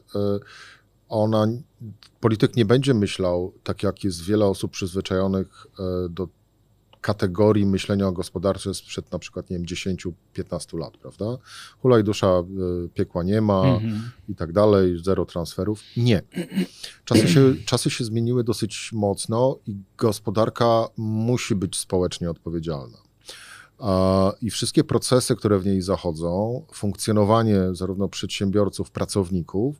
S2: polityk nie będzie myślał, tak jak jest wiele osób przyzwyczajonych do kategorii myślenia o gospodarce sprzed na przykład, nie wiem, 10-15 lat, prawda? Hulaj dusza, piekła nie ma i tak dalej, zero transferów. Nie. Czasy się zmieniły dosyć mocno i gospodarka musi być społecznie odpowiedzialna. I wszystkie procesy, które w niej zachodzą, funkcjonowanie zarówno przedsiębiorców, pracowników,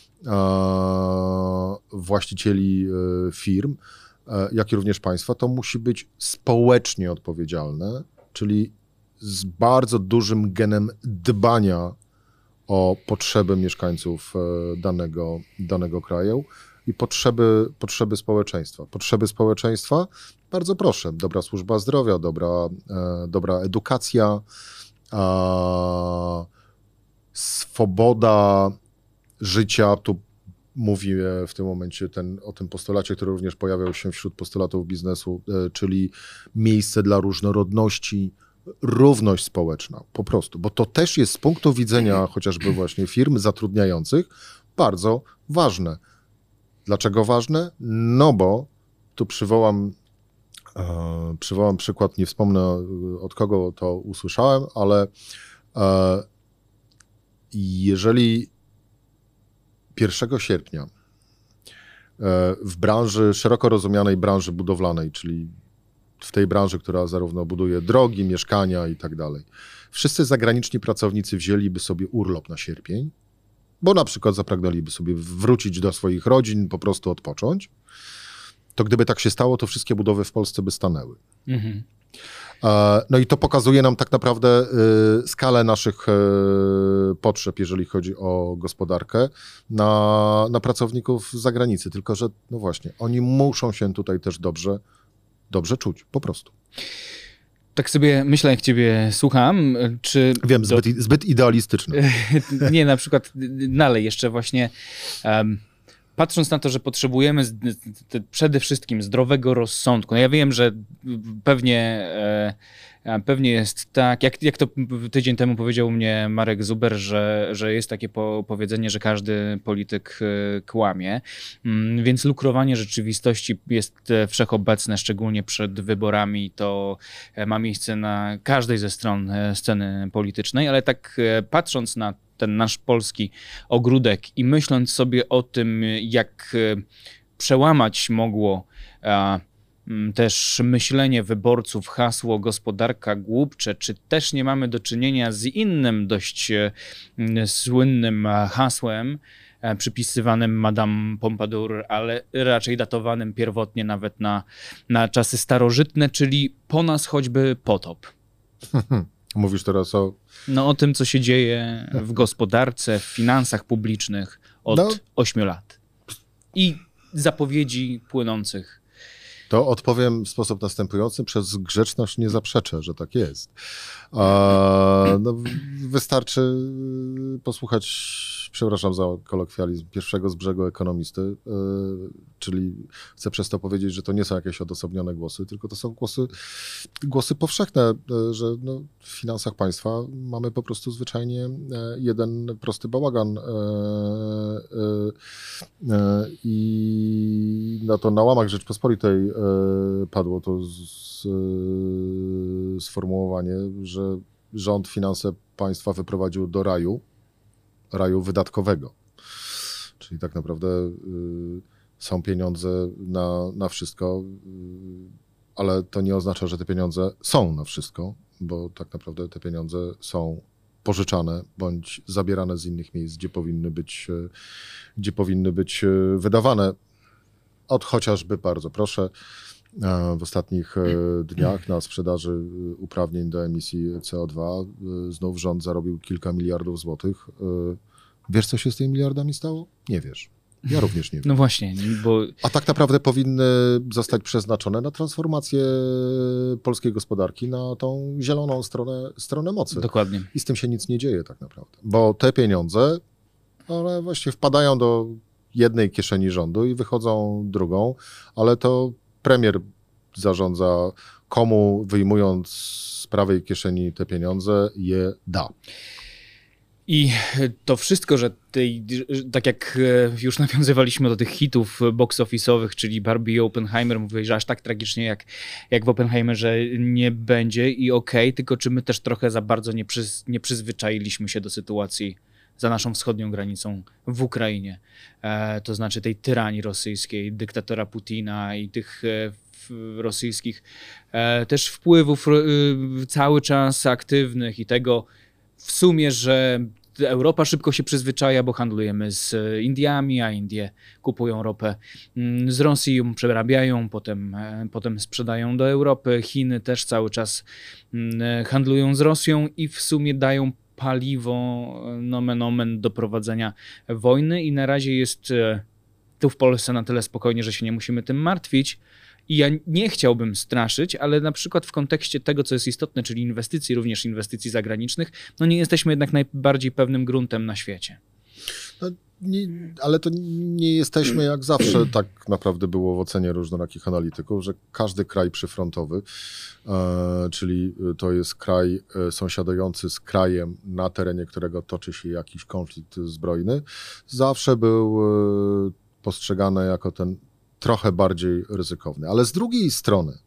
S2: właścicieli firm, jak i również państwa, to musi być społecznie odpowiedzialne, czyli z bardzo dużym genem dbania o potrzeby mieszkańców danego kraju i potrzeby społeczeństwa. Potrzeby społeczeństwa, bardzo proszę, dobra służba zdrowia, dobra edukacja, swoboda życia, tu mówię w tym momencie o tym postulacie, który również pojawiał się wśród postulatów biznesu, czyli miejsce dla różnorodności, równość społeczna, po prostu, bo to też jest z punktu widzenia chociażby właśnie firm zatrudniających bardzo ważne. Dlaczego ważne? No bo tu przywołam przykład, nie wspomnę od kogo to usłyszałem, ale jeżeli 1 sierpnia w branży, szeroko rozumianej branży budowlanej, czyli w tej branży, która zarówno buduje drogi, mieszkania i tak dalej, wszyscy zagraniczni pracownicy wzięliby sobie urlop na sierpień, bo na przykład zapragnęliby sobie wrócić do swoich rodzin, po prostu odpocząć, to gdyby tak się stało, to wszystkie budowy w Polsce by stanęły. Mhm. No i to pokazuje nam tak naprawdę skalę naszych potrzeb, jeżeli chodzi o gospodarkę, na pracowników z zagranicy. Tylko że, no właśnie, oni muszą się tutaj też dobrze czuć, po prostu.
S1: Tak sobie myślę, jak ciebie słucham, czy...
S2: Wiem, zbyt idealistyczny.
S1: Nie, na przykład dalej jeszcze właśnie... Patrząc na to, że potrzebujemy przede wszystkim zdrowego rozsądku, no ja wiem, że pewnie jest tak, jak to tydzień temu powiedział mnie Marek Zuber, że jest takie powiedzenie, że każdy polityk kłamie, więc lukrowanie rzeczywistości jest wszechobecne, szczególnie przed wyborami. To ma miejsce na każdej ze stron sceny politycznej, ale tak patrząc na ten nasz polski ogródek i myśląc sobie o tym, jak przełamać mogło też myślenie wyborców hasło gospodarka głupcze, czy też nie mamy do czynienia z innym dość słynnym hasłem przypisywanym Madame Pompadour, ale raczej datowanym pierwotnie nawet na czasy starożytne, czyli po nas choćby potop.
S2: Mówisz teraz o...
S1: No o tym, co się dzieje w gospodarce, w finansach publicznych od 8 lat. I zapowiedzi płynących.
S2: To odpowiem w sposób następujący. Przez grzeczność nie zaprzeczę, że tak jest. No, wystarczy posłuchać, przepraszam za kolokwializm, pierwszego z brzegu ekonomisty, czyli chcę przez to powiedzieć, że to nie są jakieś odosobnione głosy, tylko to są głosy powszechne, że no, w finansach państwa mamy po prostu zwyczajnie jeden prosty bałagan i no to na łamach Rzeczpospolitej padło to sformułowanie, że rząd finanse państwa wyprowadził do raju wydatkowego. Czyli tak naprawdę są pieniądze na wszystko, ale to nie oznacza, że te pieniądze są na wszystko, bo tak naprawdę te pieniądze są pożyczane bądź zabierane z innych miejsc, gdzie powinny być wydawane. Od chociażby, bardzo proszę, w ostatnich dniach na sprzedaży uprawnień do emisji CO2 znów rząd zarobił kilka miliardów złotych. Wiesz, co się z tymi miliardami stało? Nie wiesz. Ja również nie wiem.
S1: No właśnie, bo...
S2: A tak naprawdę powinny zostać przeznaczone na transformację polskiej gospodarki, na tą zieloną stronę mocy.
S1: Dokładnie.
S2: I z tym się nic nie dzieje tak naprawdę. Bo te pieniądze, one właśnie wpadają do jednej kieszeni rządu i wychodzą drugą, ale to premier zarządza, komu wyjmując z prawej kieszeni te pieniądze je da.
S1: I to wszystko, że tak jak już nawiązywaliśmy do tych hitów box office'owych, czyli Barbie i Oppenheimer, mówiłeś, że aż tak tragicznie jak w Oppenheimerze nie będzie i okej, tylko czy my też trochę za bardzo nie przyzwyczailiśmy się do sytuacji za naszą wschodnią granicą w Ukrainie, to znaczy tej tyranii rosyjskiej, dyktatora Putina i tych rosyjskich też wpływów cały czas aktywnych i tego w sumie, że Europa szybko się przyzwyczaja, bo handlujemy z Indiami, a Indie kupują ropę z Rosji, ją przerabiają, potem sprzedają do Europy. Chiny też cały czas handlują z Rosją i w sumie dają paliwo nomen omen do prowadzenia wojny i na razie jest tu w Polsce na tyle spokojnie, że się nie musimy tym martwić. I ja nie chciałbym straszyć, ale na przykład w kontekście tego, co jest istotne, czyli inwestycji, również inwestycji zagranicznych, no nie jesteśmy jednak najbardziej pewnym gruntem na świecie.
S2: No, ale to nie jesteśmy jak zawsze, tak naprawdę było w ocenie różnorakich analityków, że każdy kraj przyfrontowy, czyli to jest kraj sąsiadujący z krajem, na terenie którego toczy się jakiś konflikt zbrojny, zawsze był postrzegany jako ten trochę bardziej ryzykowny. Ale z drugiej strony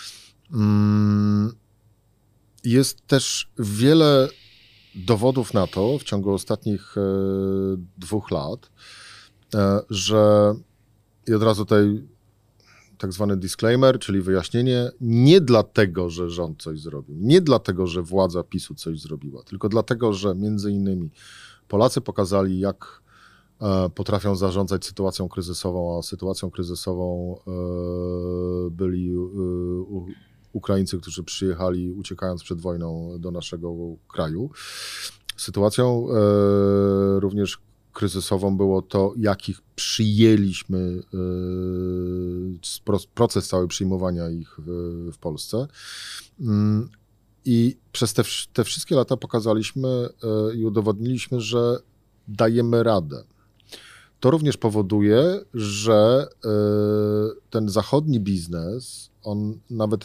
S2: jest też wiele dowodów na to w ciągu ostatnich 2 lat, że i od razu tutaj tak zwany disclaimer, czyli wyjaśnienie, nie dlatego, że rząd coś zrobił, nie dlatego, że władza PiS-u coś zrobiła, tylko dlatego, że między innymi Polacy pokazali, jak potrafią zarządzać sytuacją kryzysową, a sytuacją kryzysową byli Ukraińcy, którzy przyjechali uciekając przed wojną do naszego kraju. Sytuacją również kryzysową było to, jakich przyjęliśmy, proces cały przyjmowania ich w Polsce. I przez te wszystkie lata pokazaliśmy i udowodniliśmy, że dajemy radę. To również powoduje, że ten zachodni biznes, on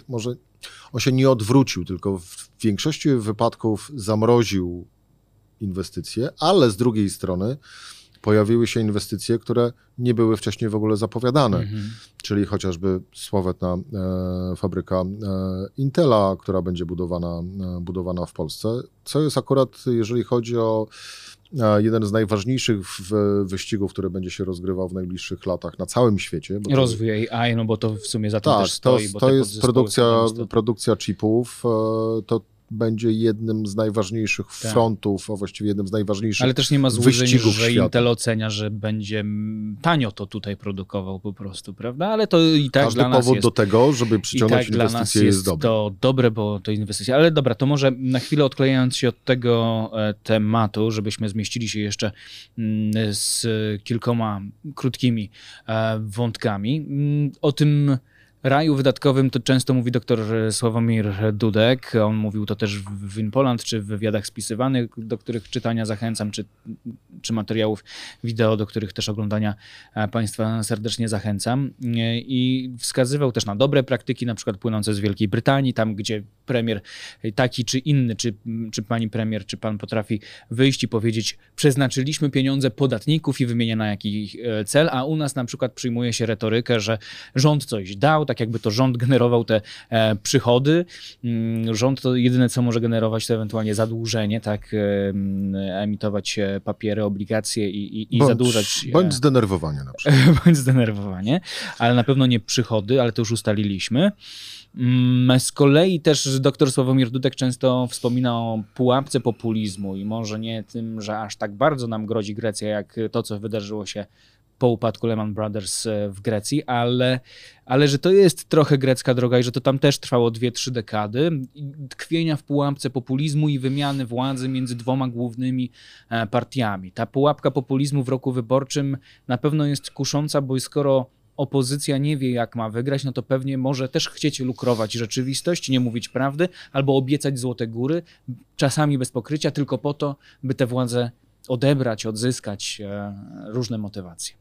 S2: się nie odwrócił, tylko w większości wypadków zamroził inwestycje, ale z drugiej strony pojawiły się inwestycje, które nie były wcześniej w ogóle zapowiadane, czyli chociażby sławetna fabryka Intela, która będzie budowana w Polsce, co jest akurat, jeżeli chodzi o jeden z najważniejszych wyścigów, który będzie się rozgrywał w najbliższych latach na całym świecie.
S1: Rozwój AI, no bo to w sumie za tym też stoi.
S2: To jest produkcja chipów, to będzie jednym z najważniejszych frontów, a właściwie jednym z najważniejszych
S1: Ale też nie ma złudzeń, że
S2: świata.
S1: Intel ocenia, że będzie tanio to tutaj produkował po prostu, prawda? Ale to i tak
S2: każdy
S1: dla nas
S2: powód
S1: jest,
S2: do tego, żeby przyciągnąć
S1: i tak
S2: inwestycje
S1: jest
S2: dobre.
S1: To dobre, bo to inwestycja. Ale dobra, to może na chwilę odklejając się od tego tematu, żebyśmy zmieścili się jeszcze z kilkoma krótkimi wątkami. O tym raju wydatkowym to często mówi dr Sławomir Dudek. On mówił to też w InPoland, czy w wywiadach spisywanych, do których czytania zachęcam, czy materiałów wideo, do których też oglądania Państwa serdecznie zachęcam. I wskazywał też na dobre praktyki, na przykład płynące z Wielkiej Brytanii, tam gdzie premier taki czy inny, czy pani premier, czy pan potrafi wyjść i powiedzieć, przeznaczyliśmy pieniądze podatników i wymienia na jaki cel, a u nas na przykład przyjmuje się retorykę, że rząd coś dał, tak jakby to rząd generował te przychody. Rząd to jedyne, co może generować, to ewentualnie zadłużenie, tak, emitować papiery, obligacje i zadłużać.
S2: Bądź zdenerwowanie na przykład.
S1: Bądź zdenerwowanie, ale na pewno nie przychody, ale to już ustaliliśmy. Z kolei też dr Sławomir Dudek często wspomina o pułapce populizmu i może nie tym, że aż tak bardzo nam grozi Grecja, jak to, co wydarzyło się po upadku Lehman Brothers w Grecji, ale że to jest trochę grecka droga i że to tam też trwało 2-3 dekady tkwienia w pułapce populizmu i wymiany władzy między dwoma głównymi partiami. Ta pułapka populizmu w roku wyborczym na pewno jest kusząca, bo skoro opozycja nie wie, jak ma wygrać, no to pewnie może też chcieć lukrować rzeczywistość, nie mówić prawdy, albo obiecać złote góry, czasami bez pokrycia, tylko po to, by tę władzę odebrać, odzyskać, różne motywacje.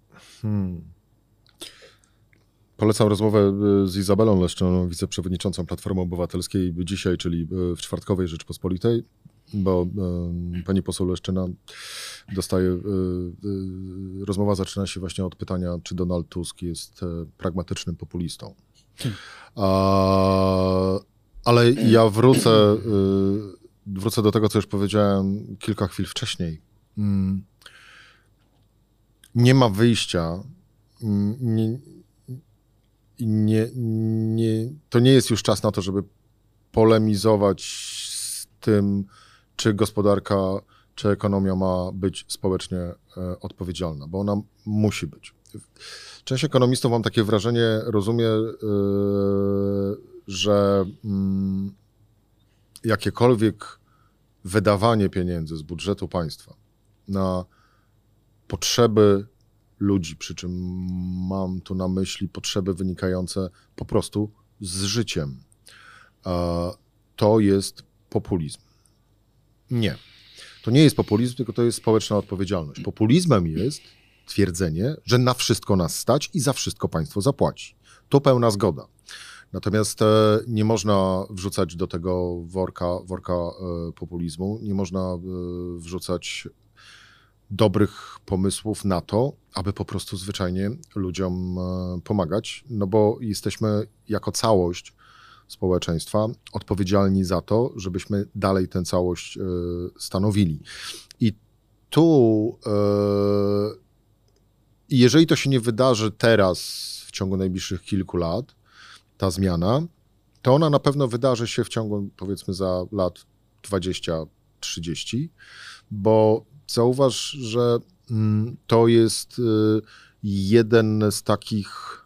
S2: Polecam rozmowę z Izabelą Leszczyną, wiceprzewodniczącą Platformy Obywatelskiej dzisiaj, czyli w czwartkowej Rzeczpospolitej, bo pani poseł Leszczyna rozmowa zaczyna się właśnie od pytania, czy Donald Tusk jest pragmatycznym populistą. Ale ja wrócę do tego, co już powiedziałem kilka chwil wcześniej. Nie ma wyjścia. To nie jest już czas na to, żeby polemizować z tym, czy gospodarka, czy ekonomia ma być społecznie odpowiedzialna, bo ona musi być. Część ekonomistów, mam takie wrażenie, rozumie, że jakiekolwiek wydawanie pieniędzy z budżetu państwa na potrzeby ludzi, przy czym mam tu na myśli potrzeby wynikające po prostu z życiem, to jest populizm. Nie. To nie jest populizm, tylko to jest społeczna odpowiedzialność. Populizmem jest twierdzenie, że na wszystko nas stać i za wszystko państwo zapłaci. To pełna zgoda. Natomiast nie można wrzucać do tego worka populizmu, nie można wrzucać dobrych pomysłów na to, aby po prostu zwyczajnie ludziom pomagać, no bo jesteśmy jako całość społeczeństwa odpowiedzialni za to, żebyśmy dalej tę całość stanowili. I tu, jeżeli to się nie wydarzy teraz, w ciągu najbliższych kilku lat, ta zmiana, to ona na pewno wydarzy się w ciągu, powiedzmy, za lat 20-30, bo zauważ, że to jest jeden z takich,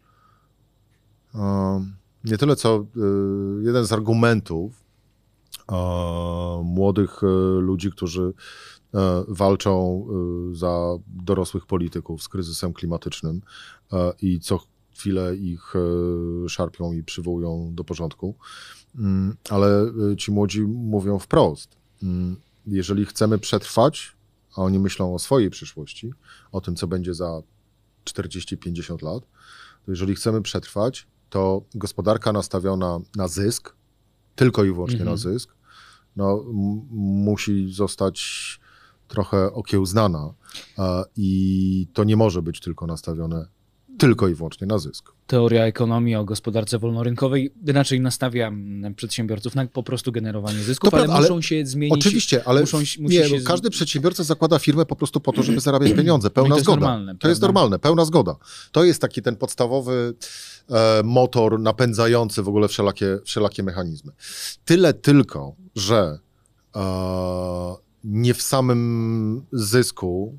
S2: nie tyle co jeden z argumentów młodych ludzi, którzy walczą za dorosłych polityków z kryzysem klimatycznym i co chwilę ich szarpią i przywołują do porządku. Ale ci młodzi mówią wprost, jeżeli chcemy przetrwać, a oni myślą o swojej przyszłości, o tym, co będzie za 40-50 lat, to jeżeli chcemy przetrwać, to gospodarka nastawiona na zysk, tylko i wyłącznie na zysk, no, musi zostać trochę okiełznana i to nie może być tylko nastawione tylko i wyłącznie na zysk.
S1: Teoria ekonomii o gospodarce wolnorynkowej raczej nastawia przedsiębiorców na po prostu generowanie zysków,
S2: To prawda,
S1: ale muszą się zmienić.
S2: Oczywiście, ale każdy przedsiębiorca zakłada firmę po prostu po to, żeby zarabiać pieniądze. Pełna zgoda.
S1: Normalne,
S2: to jest normalne, pełna zgoda. To jest taki ten podstawowy motor napędzający w ogóle wszelakie mechanizmy. Tyle tylko, że nie w samym zysku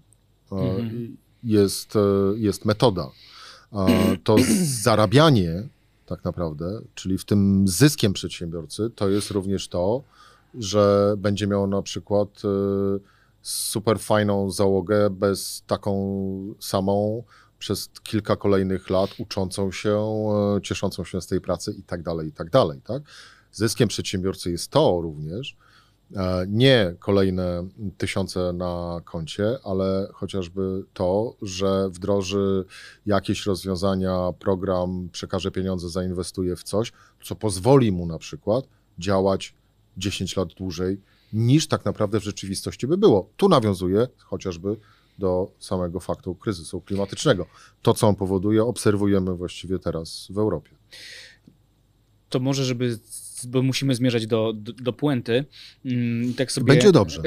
S2: jest metoda. To zarabianie tak naprawdę, czyli w tym zyskiem przedsiębiorcy, to jest również to, że będzie miał na przykład super fajną załogę bez taką samą przez kilka kolejnych lat uczącą się, cieszącą się z tej pracy i tak dalej, tak? Zyskiem przedsiębiorcy jest to również, nie kolejne tysiące na koncie, ale chociażby to, że wdroży jakieś rozwiązania, program, przekaże pieniądze, zainwestuje w coś, co pozwoli mu na przykład działać 10 lat dłużej, niż tak naprawdę w rzeczywistości by było. Tu nawiązuje chociażby do samego faktu kryzysu klimatycznego. To, co on powoduje, obserwujemy właściwie teraz w Europie.
S1: To może, bo musimy zmierzać do puenty. Tak sobie...
S2: Będzie dobrze.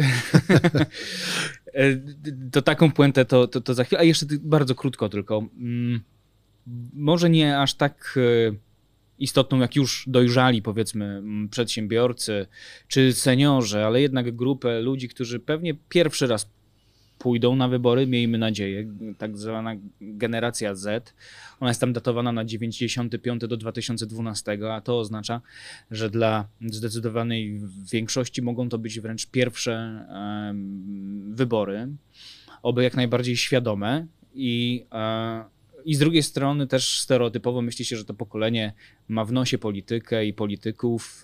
S1: To taką puentę to za chwilę. A jeszcze bardzo krótko tylko. Może nie aż tak istotną, jak już dojrzali, powiedzmy, przedsiębiorcy czy seniorzy, ale jednak grupę ludzi, którzy pewnie pierwszy raz pójdą na wybory, miejmy nadzieję, tak zwana generacja Z. Ona jest tam datowana na 95 do 2012, a to oznacza, że dla zdecydowanej większości mogą to być wręcz pierwsze wybory, oby jak najbardziej świadome i z drugiej strony też stereotypowo myśli się, że to pokolenie ma w nosie politykę i polityków.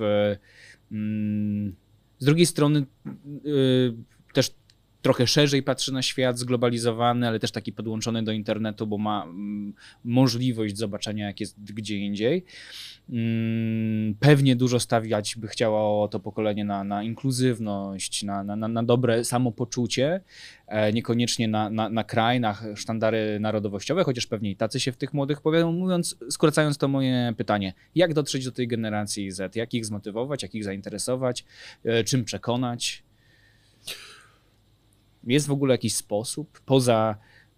S1: Z drugiej strony też trochę szerzej patrzy na świat, zglobalizowany, ale też taki podłączony do internetu, bo ma możliwość zobaczenia, jak jest gdzie indziej. Pewnie dużo stawiać by chciało to pokolenie na inkluzywność, na dobre samopoczucie, niekoniecznie na kraj, na sztandary narodowościowe, chociaż pewnie i tacy się w tych młodych powiedzą. Mówiąc, skracając to moje pytanie, jak dotrzeć do tej generacji Z, jak ich zmotywować, jak ich zainteresować, czym przekonać? Jest w ogóle jakiś sposób poza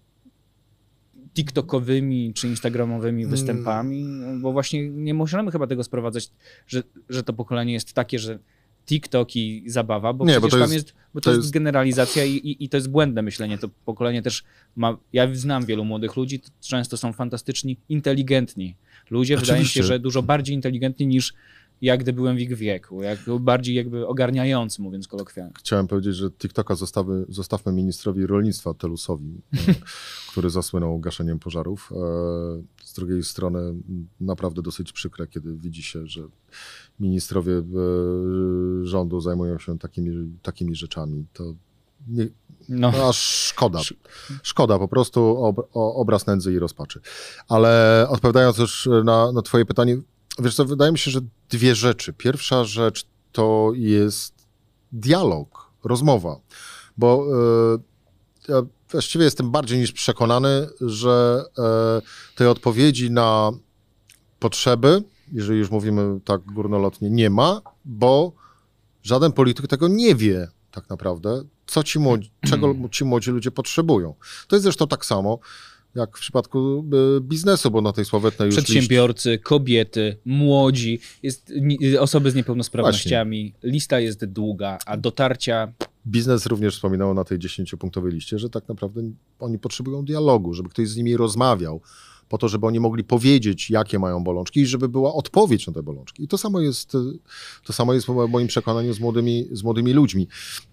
S1: TikTokowymi czy instagramowymi występami? Bo właśnie nie możemy chyba tego sprowadzać, że to pokolenie jest takie, że TikTok i zabawa, bo
S2: nie,
S1: przecież to jest generalizacja i to jest błędne myślenie. To pokolenie też ma, ja znam wielu młodych ludzi, często są fantastyczni, inteligentni ludzie.
S2: Oczywiście.
S1: Wydaje mi się, że dużo bardziej inteligentni niż jak gdy byłem w ich wieku, bardziej jakby ogarniający, mówiąc kolokwialnie.
S2: Chciałem powiedzieć, że TikToka zostawmy ministrowi rolnictwa Telusowi, który zasłynął gaszeniem pożarów. Z drugiej strony naprawdę dosyć przykre, kiedy widzi się, że ministrowie rządu zajmują się takimi rzeczami. To aż szkoda. Szkoda po prostu obraz nędzy i rozpaczy. Ale odpowiadając już na twoje pytanie, wiesz co, wydaje mi się, że dwie rzeczy. Pierwsza rzecz to jest dialog, rozmowa, bo ja właściwie jestem bardziej niż przekonany, że tej odpowiedzi na potrzeby, jeżeli już mówimy tak górnolotnie, nie ma, bo żaden polityk tego nie wie tak naprawdę, czego ci młodzi ludzie potrzebują. To jest zresztą tak samo jak w przypadku biznesu, bo na tej sławetnej już
S1: przedsiębiorcy, kobiety, młodzi, osoby z niepełnosprawnościami. Właśnie. Lista jest długa, a dotarcia...
S2: Biznes również wspominał na tej 10-punktowej liście, że tak naprawdę oni potrzebują dialogu, żeby ktoś z nimi rozmawiał, po to, żeby oni mogli powiedzieć, jakie mają bolączki i żeby była odpowiedź na te bolączki. I to samo jest w moim przekonaniu z młodymi ludźmi.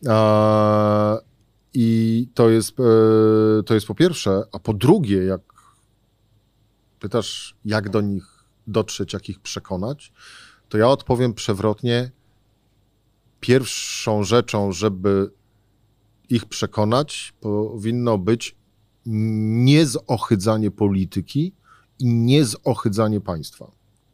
S2: I to jest po pierwsze, a po drugie, jak pytasz, jak do nich dotrzeć, jak ich przekonać, to ja odpowiem przewrotnie. Pierwszą rzeczą, żeby ich przekonać, powinno być niezohydzanie polityki i niezohydzanie państwa.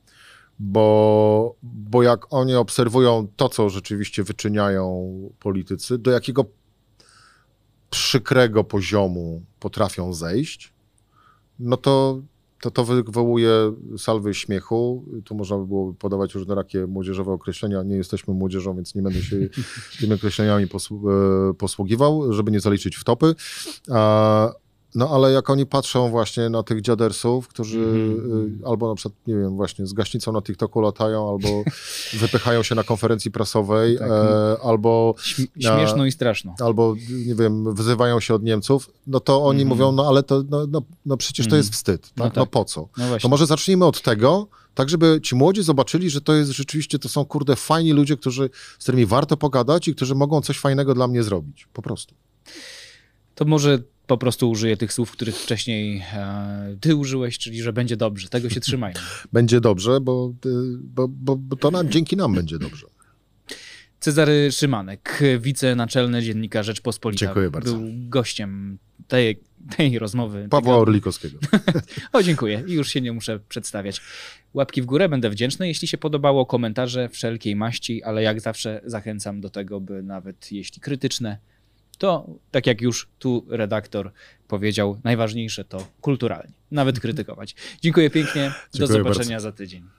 S2: Bo jak oni obserwują to, co rzeczywiście wyczyniają politycy, do jakiego przykrego poziomu potrafią zejść, no to wywołuje salwy śmiechu. Tu można by było podawać różnorakie młodzieżowe określenia. Nie jesteśmy młodzieżą, więc nie będę się tymi określeniami posługiwał, żeby nie zaliczyć w topy. No ale jak oni patrzą właśnie na tych dziadersów, którzy albo na przykład, nie wiem, właśnie z gaśnicą na TikToku latają, albo wypychają się na konferencji prasowej, tak, albo...
S1: Śmieszną i straszną.
S2: Albo, nie wiem, wyzywają się od Niemców, no to oni mówią, no ale to, no przecież to jest wstyd, tak? No po co? No to może zacznijmy od tego, tak żeby ci młodzi zobaczyli, że to jest rzeczywiście, to są kurde fajni ludzie, z którymi warto pogadać i którzy mogą coś fajnego dla mnie zrobić. Po prostu.
S1: To może po prostu użyję tych słów, których wcześniej ty użyłeś, czyli że będzie dobrze. Tego się trzymajmy.
S2: Będzie dobrze, bo to dzięki nam będzie dobrze.
S1: Cezary Szymanek, wicenaczelny dziennikarz Rzeczpospolita.
S2: Dziękuję bardzo.
S1: Był gościem tej rozmowy.
S2: Pawła Orlikowskiego.
S1: O, dziękuję. I już się nie muszę przedstawiać. Łapki w górę, będę wdzięczny. Jeśli się podobało, komentarze wszelkiej maści, ale jak zawsze zachęcam do tego, by nawet jeśli krytyczne, to tak jak już tu redaktor powiedział, najważniejsze to kulturalnie, nawet krytykować. Dziękuję pięknie, do zobaczenia za tydzień.